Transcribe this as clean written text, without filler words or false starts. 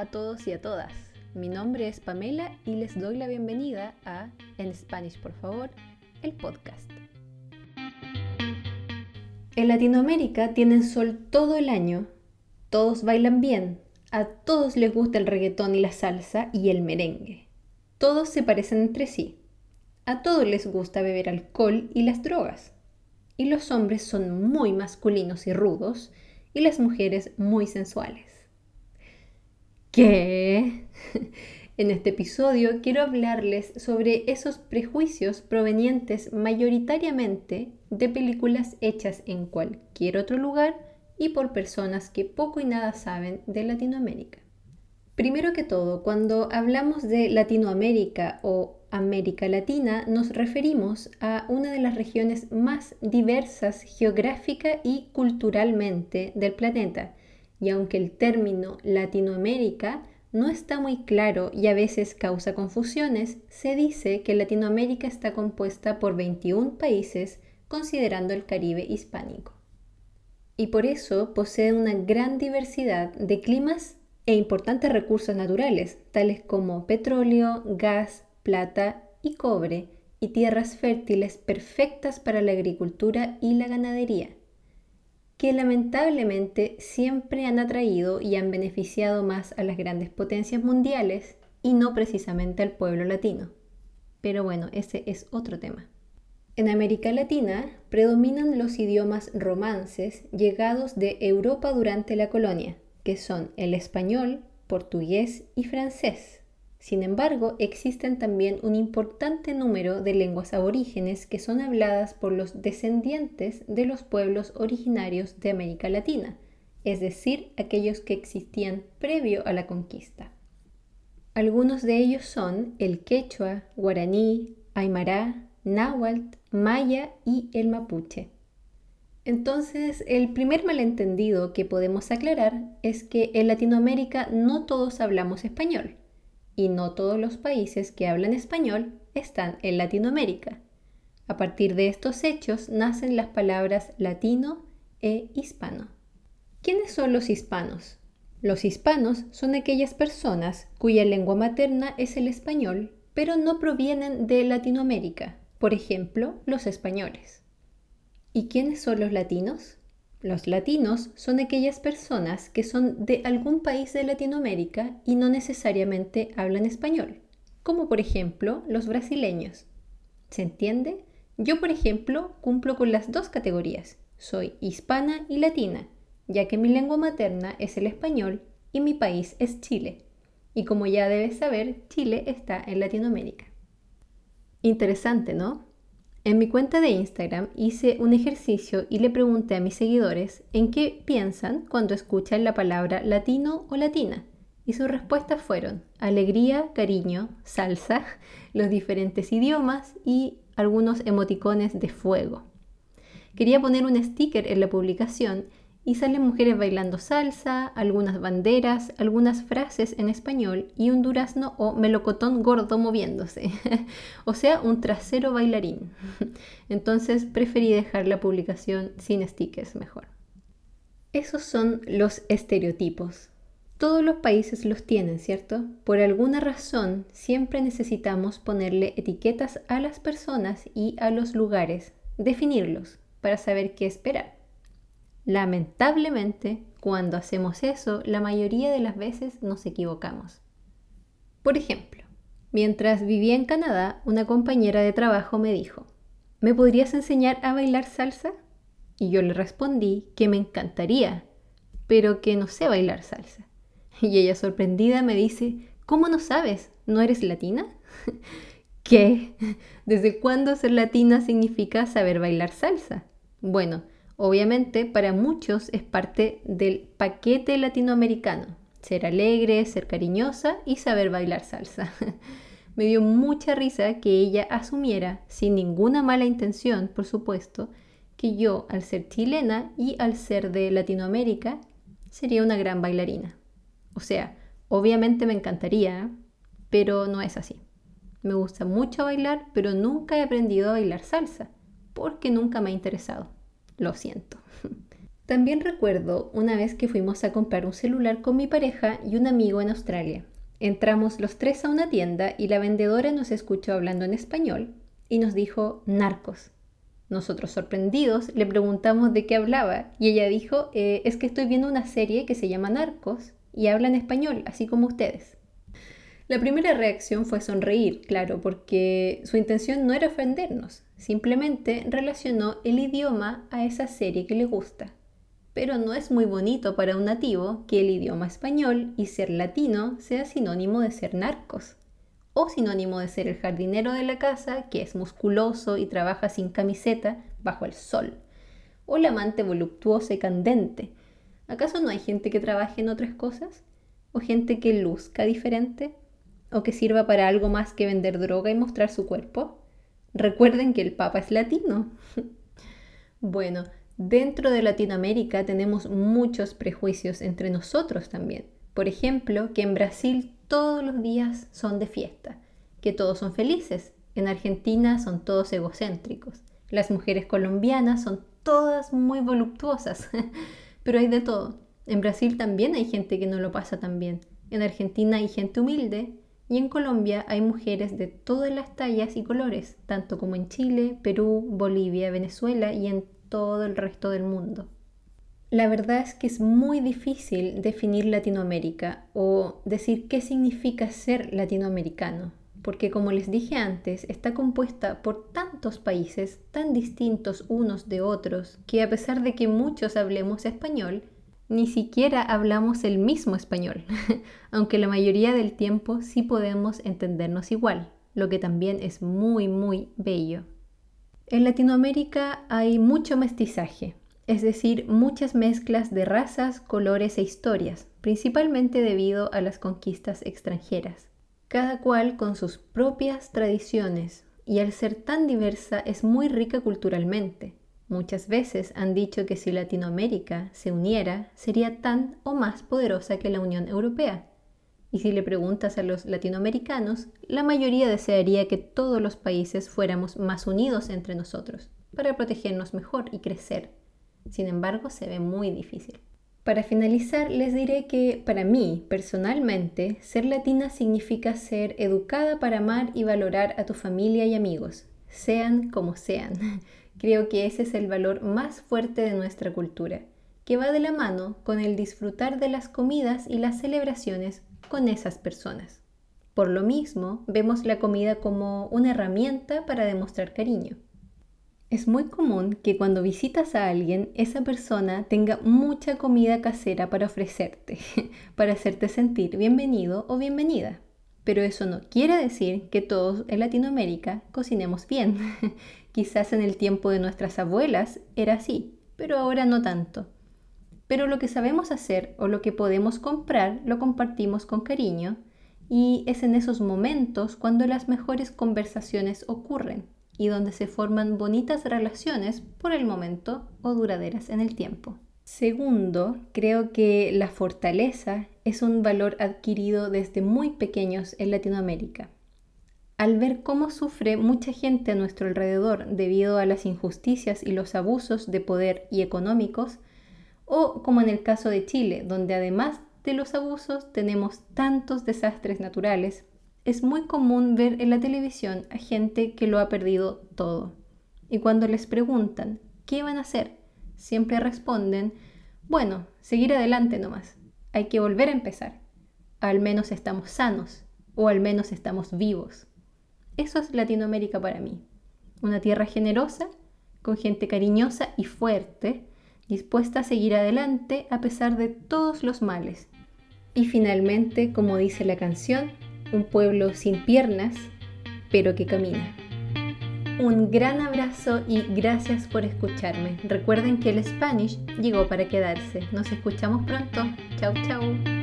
a todos y a todas. Mi nombre es Pamela y les doy la bienvenida a En Spanish, por favor, el podcast. En Latinoamérica tienen sol todo el año, todos bailan bien, a todos les gusta el reggaetón y la salsa y el merengue. Todos se parecen entre sí, a todos les gusta beber alcohol y las drogas. Y los hombres son muy masculinos y rudos y las mujeres muy sensuales. ¿Qué? En este episodio quiero hablarles sobre esos prejuicios provenientes mayoritariamente de películas hechas en cualquier otro lugar y por personas que poco y nada saben de Latinoamérica. Primero que todo, cuando hablamos de Latinoamérica o América Latina, nos referimos a una de las regiones más diversas geográfica y culturalmente del planeta. Y aunque el término Latinoamérica no está muy claro y a veces causa confusiones, se dice que Latinoamérica está compuesta por 21 países considerando el Caribe hispánico. Y por eso posee una gran diversidad de climas e importantes recursos naturales, tales como petróleo, gas, plata y cobre, y tierras fértiles perfectas para la agricultura y la ganadería, que lamentablemente siempre han atraído y han beneficiado más a las grandes potencias mundiales y no precisamente al pueblo latino. Pero bueno, ese es otro tema. En América Latina predominan los idiomas romances llegados de Europa durante la colonia, que son el español, portugués y francés. Sin embargo, existen también un importante número de lenguas aborígenes que son habladas por los descendientes de los pueblos originarios de América Latina, es decir, aquellos que existían previo a la conquista. Algunos de ellos son el quechua, guaraní, aymara, náhuatl, maya y el mapuche. Entonces, el primer malentendido que podemos aclarar es que en Latinoamérica no todos hablamos español y no todos los países que hablan español están en Latinoamérica. A partir de estos hechos nacen las palabras latino e hispano. ¿Quiénes son los hispanos? Los hispanos son aquellas personas cuya lengua materna es el español, pero no provienen de Latinoamérica, por ejemplo, los españoles. ¿Y quiénes son los latinos? Los latinos son aquellas personas que son de algún país de Latinoamérica y no necesariamente hablan español, como por ejemplo los brasileños. ¿Se entiende? Yo, por ejemplo, cumplo con las dos categorías. Soy hispana y latina, ya que mi lengua materna es el español y mi país es Chile. Y como ya debes saber, Chile está en Latinoamérica. Interesante, ¿no? En mi cuenta de Instagram hice un ejercicio y le pregunté a mis seguidores en qué piensan cuando escuchan la palabra latino o latina. Y sus respuestas fueron alegría, cariño, salsa, los diferentes idiomas y algunos emoticones de fuego. Quería poner un sticker en la publicación y salen mujeres bailando salsa, algunas banderas, algunas frases en español y un durazno o melocotón gordo moviéndose. O sea, un trasero bailarín. Entonces preferí dejar la publicación sin stickers mejor. Esos son los estereotipos. Todos los países los tienen, ¿cierto? Por alguna razón siempre necesitamos ponerle etiquetas a las personas y a los lugares, definirlos para saber qué esperar. Lamentablemente, cuando hacemos eso, la mayoría de las veces nos equivocamos. Por ejemplo, mientras vivía en Canadá, una compañera de trabajo me dijo, ¿me podrías enseñar a bailar salsa? Y yo le respondí que me encantaría, pero que no sé bailar salsa. Y ella sorprendida me dice, ¿cómo no sabes? ¿No eres latina? ¿Qué? ¿Desde cuándo ser latina significa saber bailar salsa? Bueno, obviamente para muchos es parte del paquete latinoamericano, ser alegre, ser cariñosa y saber bailar salsa. Me dio mucha risa que ella asumiera, sin ninguna mala intención, por supuesto, que yo, al ser chilena y al ser de Latinoamérica, sería una gran bailarina. O sea, obviamente me encantaría, pero no es así. Me gusta mucho bailar, pero nunca he aprendido a bailar salsa, porque nunca me ha interesado. Lo siento. También recuerdo una vez que fuimos a comprar un celular con mi pareja y un amigo en Australia. Entramos los tres a una tienda y la vendedora nos escuchó hablando en español y nos dijo narcos. Nosotros sorprendidos le preguntamos de qué hablaba y ella dijo, es que estoy viendo una serie que se llama Narcos y habla en español, así como ustedes. La primera reacción fue sonreír, claro, porque su intención no era ofendernos, simplemente relacionó el idioma a esa serie que le gusta. Pero no es muy bonito para un nativo que el idioma español y ser latino sea sinónimo de ser narcos, o sinónimo de ser el jardinero de la casa que es musculoso y trabaja sin camiseta bajo el sol, o la amante voluptuosa y candente. ¿Acaso no hay gente que trabaje en otras cosas? ¿O gente que luzca diferente? ¿O que sirva para algo más que vender droga y mostrar su cuerpo? Recuerden que el Papa es latino. Bueno, dentro de Latinoamérica tenemos muchos prejuicios entre nosotros también. Por ejemplo, que en Brasil todos los días son de fiesta, que todos son felices. En Argentina son todos egocéntricos. Las mujeres colombianas son todas muy voluptuosas, pero hay de todo. En Brasil también hay gente que no lo pasa tan bien. En Argentina hay gente humilde y en Colombia hay mujeres de todas las tallas y colores, tanto como en Chile, Perú, Bolivia, Venezuela y en todo el resto del mundo. La verdad es que es muy difícil definir Latinoamérica o decir qué significa ser latinoamericano, porque como les dije antes, está compuesta por tantos países tan distintos unos de otros que a pesar de que muchos hablemos español, ni siquiera hablamos el mismo español, aunque la mayoría del tiempo sí podemos entendernos igual, lo que también es muy, muy bello. En Latinoamérica hay mucho mestizaje, es decir, muchas mezclas de razas, colores e historias, principalmente debido a las conquistas extranjeras. Cada cual con sus propias tradiciones y al ser tan diversa es muy rica culturalmente. Muchas veces han dicho que si Latinoamérica se uniera, sería tan o más poderosa que la Unión Europea. Y si le preguntas a los latinoamericanos, la mayoría desearía que todos los países fuéramos más unidos entre nosotros, para protegernos mejor y crecer. Sin embargo, se ve muy difícil. Para finalizar, les diré que para mí, personalmente, ser latina significa ser educada para amar y valorar a tu familia y amigos, sean como sean. Creo que ese es el valor más fuerte de nuestra cultura, que va de la mano con el disfrutar de las comidas y las celebraciones con esas personas. Por lo mismo, vemos la comida como una herramienta para demostrar cariño. Es muy común que cuando visitas a alguien, esa persona tenga mucha comida casera para ofrecerte, para hacerte sentir bienvenido o bienvenida. Pero eso no quiere decir que todos en Latinoamérica cocinemos bien. Quizás en el tiempo de nuestras abuelas era así, pero ahora no tanto. Pero lo que sabemos hacer o lo que podemos comprar lo compartimos con cariño y es en esos momentos cuando las mejores conversaciones ocurren y donde se forman bonitas relaciones por el momento o duraderas en el tiempo. Segundo, creo que la fortaleza es un valor adquirido desde muy pequeños en Latinoamérica. Al ver cómo sufre mucha gente a nuestro alrededor debido a las injusticias y los abusos de poder y económicos, o como en el caso de Chile, donde además de los abusos tenemos tantos desastres naturales, es muy común ver en la televisión a gente que lo ha perdido todo. Y cuando les preguntan, ¿qué van a hacer? Siempre responden, bueno, seguir adelante nomás. Hay que volver a empezar. Al menos estamos sanos o al menos estamos vivos. Eso es Latinoamérica para mí. Una tierra generosa, con gente cariñosa y fuerte, dispuesta a seguir adelante a pesar de todos los males. Y finalmente, como dice la canción, un pueblo sin piernas, pero que camina. Un gran abrazo y gracias por escucharme. Recuerden que el Spanish llegó para quedarse. Nos escuchamos pronto. Chau, chau.